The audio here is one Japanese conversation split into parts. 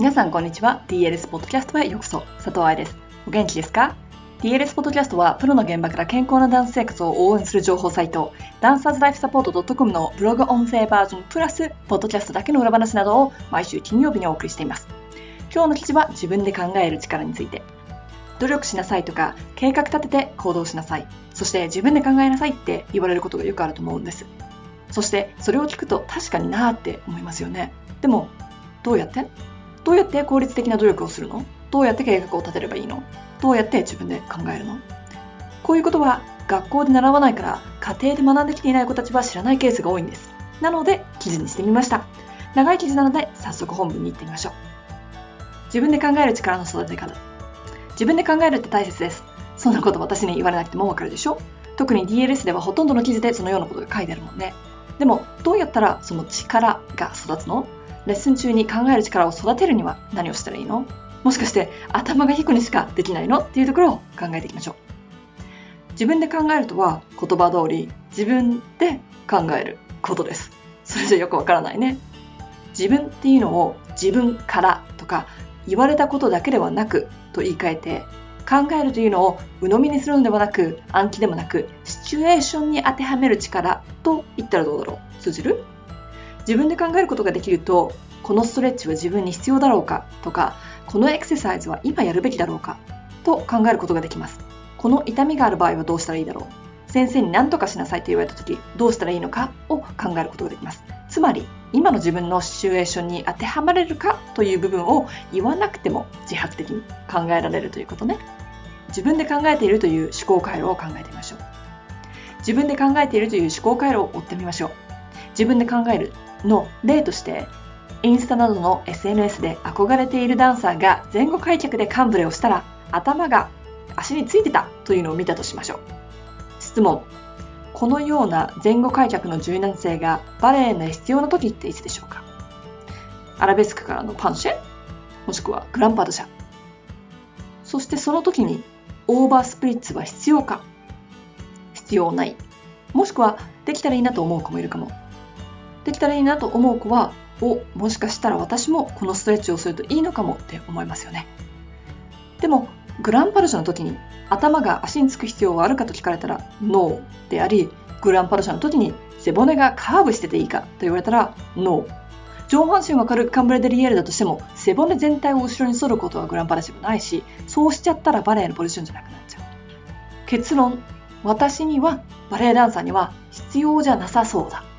皆さんこんにちは。 DLS ポッドキャストへようこそ。佐藤愛です。お元気ですか？ DLS ポッドキャストはプロの現場から健康なダンス生活を応援する情報サイト、ダンサーズライフサポート .com のブログ音声バージョンプラスポッドキャストだけの裏話などを毎週金曜日にお送りしています。今日の記事は自分で考える力について。努力しなさいとか計画立てて行動しなさい、そして自分で考えなさいって言われることがよくあると思うんです。そしてそれを聞くと確かになーって思いますよね。でもどうやって効率的な努力をするの？どうやって計画を立てればいいの？どうやって自分で考えるの？こういうことは学校で習わないから家庭で学んできていない子たちは知らないケースが多いんです。なので記事にしてみました。長い記事なので早速本文に行ってみましょう。自分で考える力の育て方。自分で考えるって大切です。そんなこと私に言われなくてもわかるでしょ？特に DLS ではほとんどの記事でそのようなことが書いてあるもんね。でもどうやったらその力が育つの？レッスン中に考える力を育てるには何をしたらいいの？もしかして頭がいい子にしかできないの？っていうところを考えていきましょう。自分で考えるとは言葉通り自分で考えることです。それじゃよくわからないね。自分っていうのを自分からとか言われたことだけではなくと言い換えて、考えるというのを鵜呑みにするのではなく暗記でもなくシチュエーションに当てはめる力と言ったらどうだろう？通じる？自分で考えることができると、このストレッチは自分に必要だろうかとか、このエクササイズは今やるべきだろうかと考えることができます。この痛みがある場合はどうしたらいいだろう？先生に何とかしなさいと言われた時どうしたらいいのかを考えることができます。つまり今の自分のシチュエーションに当てはまれるかという部分を言わなくても自発的に考えられるということね。自分で考えているという思考回路を考えてみましょう。自分で考えているという思考回路を追ってみましょう。自分で考えるの例として、インスタなどの SNS で憧れているダンサーが前後開脚でカンブレをしたら頭が足についてたというのを見たとしましょう。質問。このような前後開脚の柔軟性がバレエの必要な時っていつでしょうか？アラベスクからのパンシェ、もしくはグランパドシャ。そしてその時にオーバースプリッツは必要か？必要ない。もしくはできたらいいなと思う子もいるかも。できたらいいなと思う子は、もしかしたら私もこのストレッチをするといいのかもって思いますよね。でもグランパルシャの時に頭が足につく必要はあるかと聞かれたらノーであり、グランパルシャの時に背骨がカーブしてていいかと言われたらノー。上半身は軽くカンブレデリエールだとしても背骨全体を後ろに反ることはグランパルシャはないし、そうしちゃったらバレエのポジションじゃなくなっちゃう。結論、私にはバレエダンサーには必要じゃなさそうだ。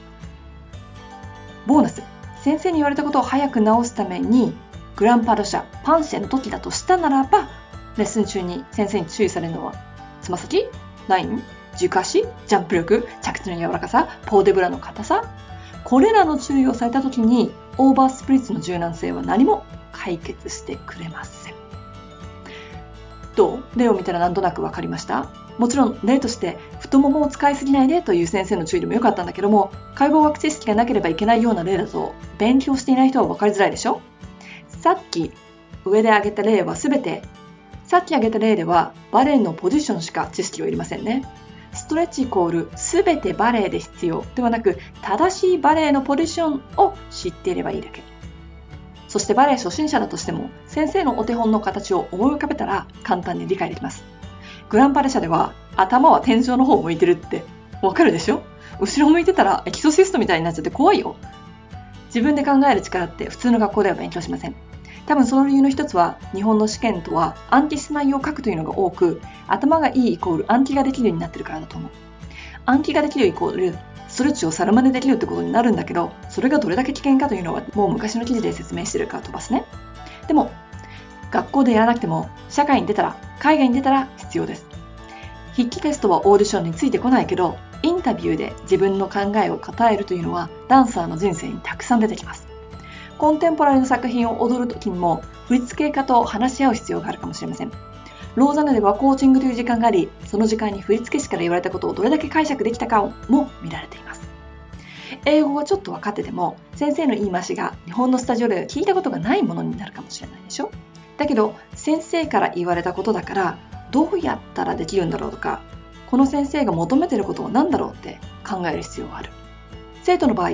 ボーナス、先生に言われたことを早く直すためにグランパドシャ、パンシェの時だとしたならば、レッスン中に先生に注意されるのはつま先、ライン、軸足、ジャンプ力、着地の柔らかさ、ポーデブラの硬さ。これらの注意をされた時にオーバースプリッツの柔軟性は何も解決してくれません。どう？例を見たらなんとなくわかりました？もちろん例として太ももを使いすぎないでという先生の注意でもよかったんだけども、解剖学知識がなければいけないような例だと勉強していない人は分かりづらいでしょ。さっき上で挙げた例は全て、さっき挙げた例ではバレエのポジションしか知識はいりませんね。ストレッチイコール全てバレエで必要ではなく、正しいバレエのポジションを知っていればいいだけ。そしてバレエ初心者だとしても先生のお手本の形を思い浮かべたら簡単に理解できます。グランパレシャでは頭は天井の方を向いてるってわかるでしょ？後ろ向いてたらエキソシストみたいになっちゃって怖いよ。自分で考える力って普通の学校では勉強しません。多分その理由の一つは日本の試験とは暗記した内容を書くというのが多く、頭がいいイコール暗記ができるようになってるからだと思う。暗記ができるイコールストレッチを皿真似できるってことになるんだけど、それがどれだけ危険かというのはもう昔の記事で説明してるから飛ばすね。でも学校でやらなくても社会に出たら、海外に出たら必要です。筆記テストはオーディションについてこないけど、インタビューで自分の考えを語えるというのはダンサーの人生にたくさん出てきます。コンテンポラリーの作品を踊るときにも振付家と話し合う必要があるかもしれません。ローザンヌではコーチングという時間があり、その時間に振付師から言われたことをどれだけ解釈できたかも見られています。英語がちょっと分かってても先生の言い回しが日本のスタジオで聞いたことがないものになるかもしれないでしょ。だけど先生から言われたことだからどうやったらできるんだろうとか、この先生が求めていることは何だろうって考える必要がある。生徒の場合、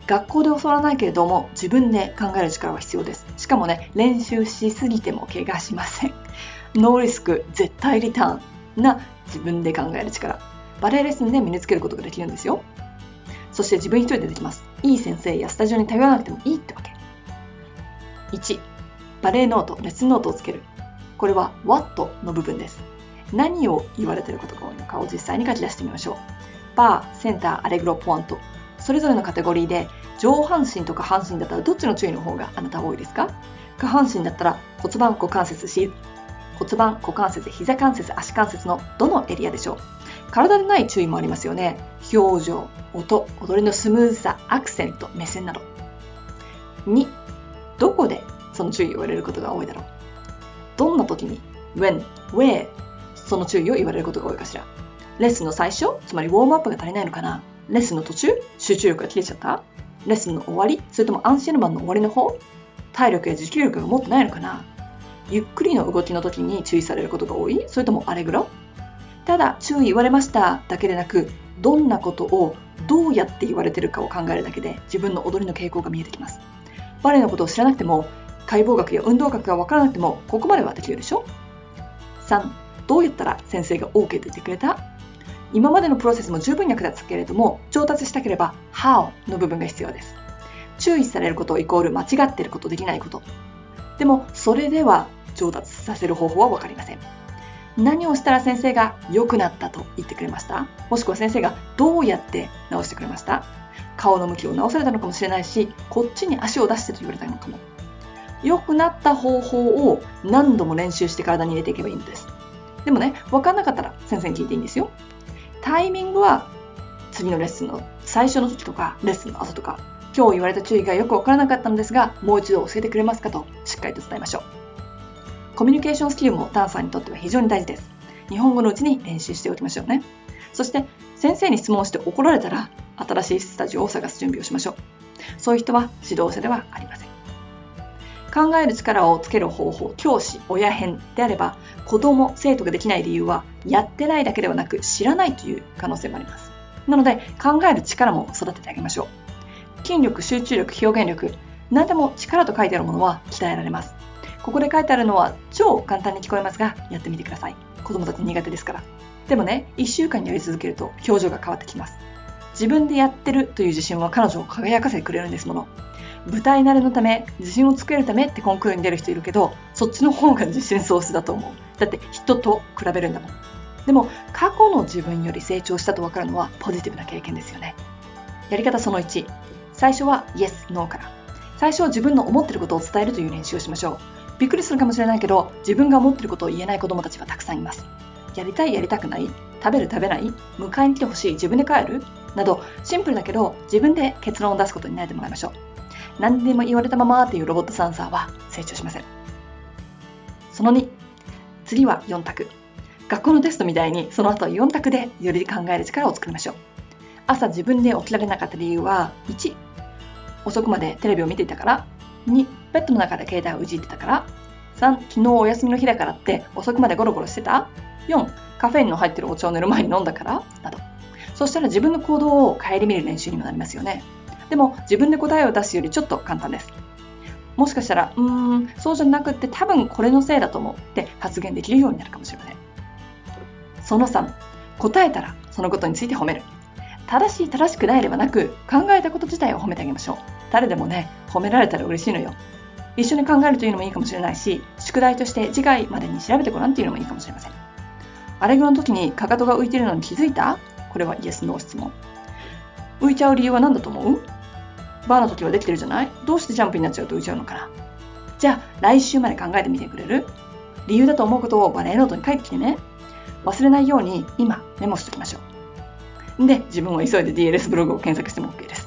学校で教わらないけれども自分で考える力は必要です。しかもね、練習しすぎても怪我しません。ノーリスク絶対リターンな自分で考える力、バレエレッスンで身につけることができるんですよ。そして自分一人でできます。いい先生やスタジオに頼らなくてもいいってわけ。1、バレエノート、レッスンノートをつける。これは What の部分です。何を言われていることが多いのかを実際に書き出してみましょう。バー、センター、アレグロ、ポワント。それぞれのカテゴリーで上半身と下半身だったらどっちの注意の方があなたは多いですか？下半身だったら骨盤、股関節、骨盤、股関節、膝関節、足関節のどのエリアでしょう？体でない注意もありますよね。表情、音、踊りのスムーズさ、アクセント、目線など。2、どこでその注意を言われることが多いだろう？どんな時に When, Where その注意を言われることが多いかしら？レッスンの最初、つまりウォームアップが足りないのかな？レッスンの途中、集中力が切れちゃった？レッスンの終わり、それともアンシェルマンの終わりの方？体力や持久力が持ってないのかな？ゆっくりの動きの時に注意されることが多い？それともアレグロ？ただ注意言われましただけでなく、どんなことをどうやって言われているかを考えるだけで自分の踊りの傾向が見えてきます。バレエのことを知らなくても、解剖学や運動学が分からなくても、ここまではできるでしょ。3、どうやったら先生が OK と言ってくれた？今までのプロセスも十分役立つけれども、上達したければ How の部分が必要です。注意されることイコール間違っていること、できないこと。でもそれでは上達させる方法は分かりません。何をしたら先生が良くなったと言ってくれました？もしくは先生がどうやって直してくれました？顔の向きを直されたのかもしれないし、こっちに足を出してと言われたのかも。良くなった方法を何度も練習して体に入れていけばいいのです。でもね、分かんなかったら先生に聞いていいんですよ。タイミングは次のレッスンの最初の時とかレッスンの後とか、今日言われた注意がよく分からなかったのですが、もう一度教えてくれますかとしっかりと伝えましょう。コミュニケーションスキルもダンサーにとっては非常に大事です。日本語のうちに練習しておきましょうね。そして先生に質問して怒られたら、新しいスタジオを探す準備をしましょう。そういう人は指導者ではありません。考える力をつける方法、教師、親編であれば、子供、生徒ができない理由は、やってないだけではなく知らないという可能性もあります。なので、考える力も育ててあげましょう。筋力、集中力、表現力、何でも力と書いてあるものは鍛えられます。ここで書いてあるのは超簡単に聞こえますが、やってみてください。子供たち苦手ですから。でもね、1週間やり続けると表情が変わってきます。自分でやってるという自信は彼女を輝かせてくれるんですもの。舞台慣れのため、自信をつけるためってコンクールに出る人いるけど、そっちの方が自信喪失だと思う。だって人と比べるんだもん。でも過去の自分より成長したと分かるのはポジティブな経験ですよね。やり方その1、最初は Yes、No から。最初は自分の思っていることを伝えるという練習をしましょう。びっくりするかもしれないけど、自分が思っていることを言えない子どもたちはたくさんいます。やりたい、やりたくない、食べる、食べない、迎えに来てほしい、自分で帰るなど、シンプルだけど自分で結論を出すことに慣れてもらいましょう。何でも言われたままっていうロボットダンサーは成長しません。その2、次は4択。学校のテストみたいにその後は4択でより考える力を作りましょう。朝自分で起きられなかった理由は、1、遅くまでテレビを見ていたから。2、ベッドの中で携帯をいじってたから。3、昨日お休みの日だからって遅くまでゴロゴロしてた。4、カフェインの入ってるお茶を寝る前に飲んだからなど。そしたら自分の行動を顧みる練習にもなりますよね。でも自分で答えを出すよりちょっと簡単です。もしかしたらそうじゃなくって多分これのせいだと思うって発言できるようになるかもしれません。その3、答えたらそのことについて褒める。正しい正しくないではなく、考えたこと自体を褒めてあげましょう。誰でもね、褒められたら嬉しいのよ。一緒に考えるというのもいいかもしれないし、宿題として次回までに調べてごらんっていうのもいいかもしれません。アレグロの時にかかとが浮いているのに気づいた？これはイエス・ノー質問。浮いちゃう理由は何だと思う？バーの時はできてるじゃない？どうしてジャンプになっちゃうと浮いちゃうのかな？じゃあ来週まで考えてみてくれる？理由だと思うことをバレエノートに書いてきてね。忘れないように今メモしておきましょう。で、自分を急いで DLS ブログを検索しても OK です。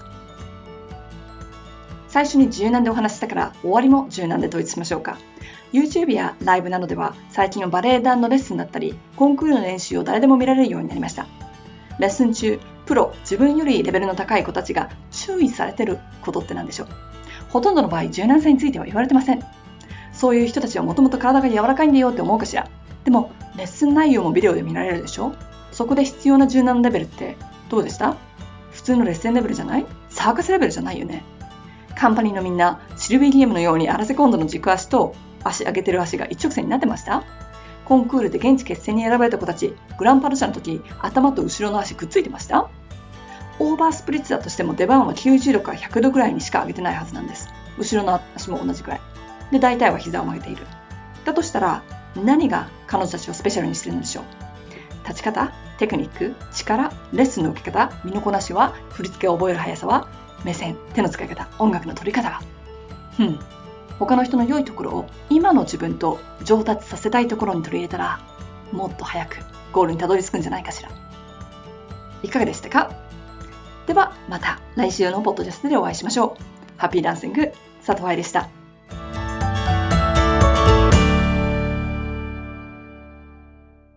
最初に柔軟でお話したから終わりも柔軟で統一しましょうか。YouTube やライブなどでは最近はバレエ団のレッスンだったりコンクールの練習を誰でも見られるようになりました。レッスン中、プロ、自分よりレベルの高い子たちが注意されていることって何でしょう？ほとんどの場合、柔軟さについては言われてません。そういう人たちはもともと体が柔らかいんだよって思うかしら。でもレッスン内容もビデオで見られるでしょ。そこで必要な柔軟レベルってどうでした？普普通のレッスンレベルじゃない？サーカスレベルじゃないよね。カンパニーのみんな、シルビー・ギエムのようにアラセコンドの軸足と上げてる足が一直線になってました？コンクールで現地決戦に選ばれた子たち、グランパルシャの時、頭と後ろの足くっついてました？オーバースプリッツだとしても出番は90度から100度ぐらいにしか上げてないはずなんです。後ろの足も同じくらい。で、大体は膝を曲げている。だとしたら、何が彼女たちをスペシャルにしてるのでしょう？立ち方、テクニック、力、レッスンの受け方、身のこなしは、振り付けを覚える速さは、目線、手の使い方、音楽の取り方は。他の人の良いところを今の自分と上達させたいところに取り入れたら、もっと早くゴールにたどり着くんじゃないかしら。いかがでしたか？ではまた来週のポッドキャストでお会いしましょう。ハッピーダンシング、佐藤愛でした。